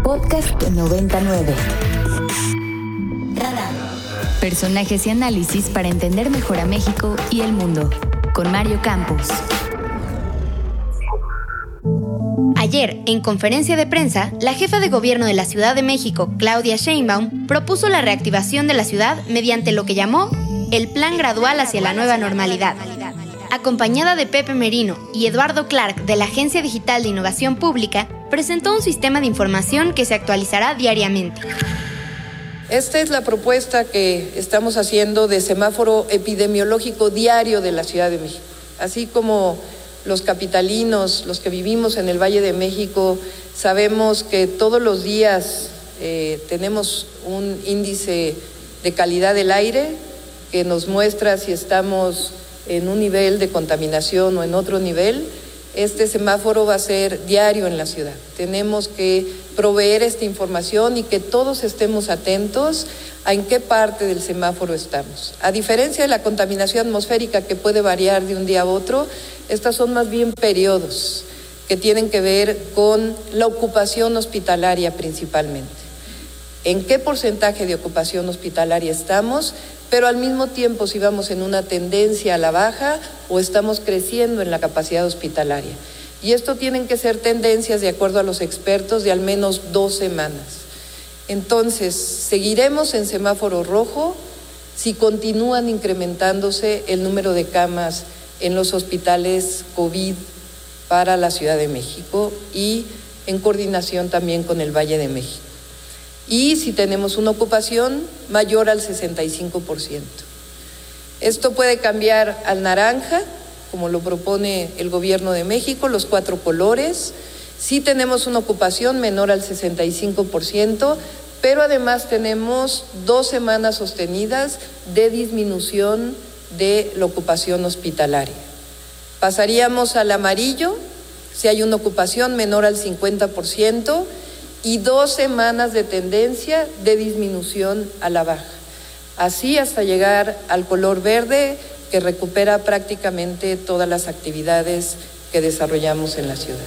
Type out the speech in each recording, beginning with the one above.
Podcast 99. Radar. Personajes y análisis para entender mejor a México y el mundo. Con Mario Campos. Ayer, en conferencia de prensa, la jefa de gobierno de la Ciudad de México, Claudia Sheinbaum, propuso la reactivación de la ciudad mediante lo que llamó el Plan Gradual hacia la Nueva Normalidad. Acompañada de Pepe Merino y Eduardo Clark de la Agencia Digital de Innovación Pública, presentó un sistema de información que se actualizará diariamente. Esta es la propuesta que estamos haciendo de semáforo epidemiológico diario de la Ciudad de México. Así como los capitalinos, los que vivimos en el Valle de México, sabemos que todos los días tenemos un índice de calidad del aire que nos muestra si estamos en un nivel de contaminación o en otro nivel. Este semáforo va a ser diario en la ciudad. Tenemos que proveer esta información y que todos estemos atentos a en qué parte del semáforo estamos. A diferencia de la contaminación atmosférica que puede variar de un día a otro, estas son más bien periodos que tienen que ver con la ocupación hospitalaria principalmente. ¿En qué porcentaje de ocupación hospitalaria estamos? Pero al mismo tiempo si vamos en una tendencia a la baja o estamos creciendo en la capacidad hospitalaria. Y esto tienen que ser tendencias, de acuerdo a los expertos, de al menos 2 semanas. Entonces, seguiremos en semáforo rojo si continúan incrementándose el número de camas en los hospitales COVID para la Ciudad de México y en coordinación también con el Valle de México. Y si tenemos una ocupación mayor al 65%. Esto puede cambiar al naranja, como lo propone el Gobierno de México, los 4 colores. Si tenemos una ocupación menor al 65%, pero además tenemos 2 semanas sostenidas de disminución de la ocupación hospitalaria. Pasaríamos al amarillo si hay una ocupación menor al 50%, y 2 semanas de tendencia de disminución a la baja. Así hasta llegar al color verde, que recupera prácticamente todas las actividades que desarrollamos en la ciudad.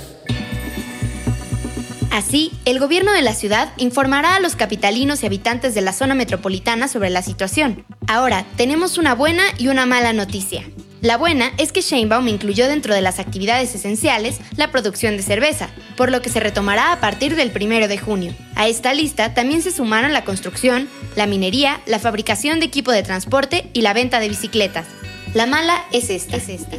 Así, el gobierno de la ciudad informará a los capitalinos y habitantes de la zona metropolitana sobre la situación. Ahora, tenemos una buena y una mala noticia. La buena es que Sheinbaum incluyó dentro de las actividades esenciales la producción de cerveza, por lo que se retomará a partir del 1 de junio. A esta lista también se sumaron la construcción, la minería, la fabricación de equipo de transporte y la venta de bicicletas. La mala es esta.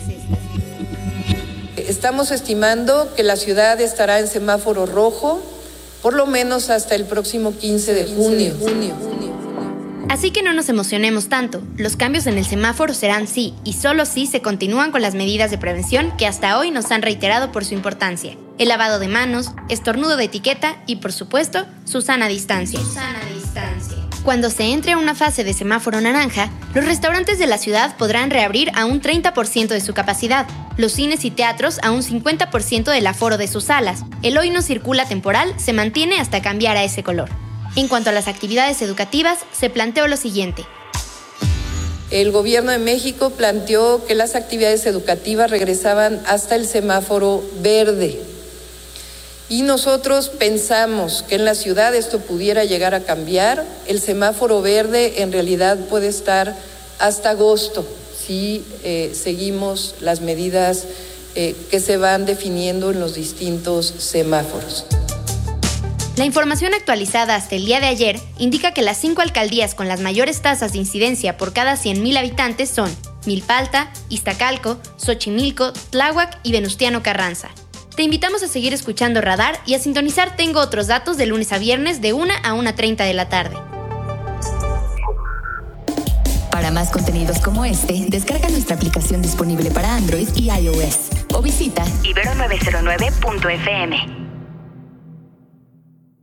Estamos estimando que la ciudad estará en semáforo rojo por lo menos hasta el próximo 15 de junio. Así que no nos emocionemos tanto. Los cambios en el semáforo serán sí y solo si se continúan con las medidas de prevención que hasta hoy nos han reiterado por su importancia. El lavado de manos, estornudo de etiqueta y, por supuesto, su sana distancia. Cuando se entre a una fase de semáforo naranja, los restaurantes de la ciudad podrán reabrir a un 30% de su capacidad, los cines y teatros a un 50% del aforo de sus salas. El hoy no circula temporal se mantiene hasta cambiar a ese color. En cuanto a las actividades educativas, se planteó lo siguiente. El Gobierno de México planteó que las actividades educativas regresaban hasta el semáforo verde. Y nosotros pensamos que en la ciudad esto pudiera llegar a cambiar. El semáforo verde en realidad puede estar hasta agosto si seguimos las medidas que se van definiendo en los distintos semáforos. La información actualizada hasta el día de ayer indica que las 5 alcaldías con las mayores tasas de incidencia por cada 100,000 habitantes son Milpalta, Iztacalco, Xochimilco, Tláhuac y Venustiano Carranza. Te invitamos a seguir escuchando Radar y a sintonizar Tengo Otros Datos de lunes a viernes de 1 a 1:30 de la tarde. Para más contenidos como este, descarga nuestra aplicación disponible para Android y iOS o visita ibero909.fm.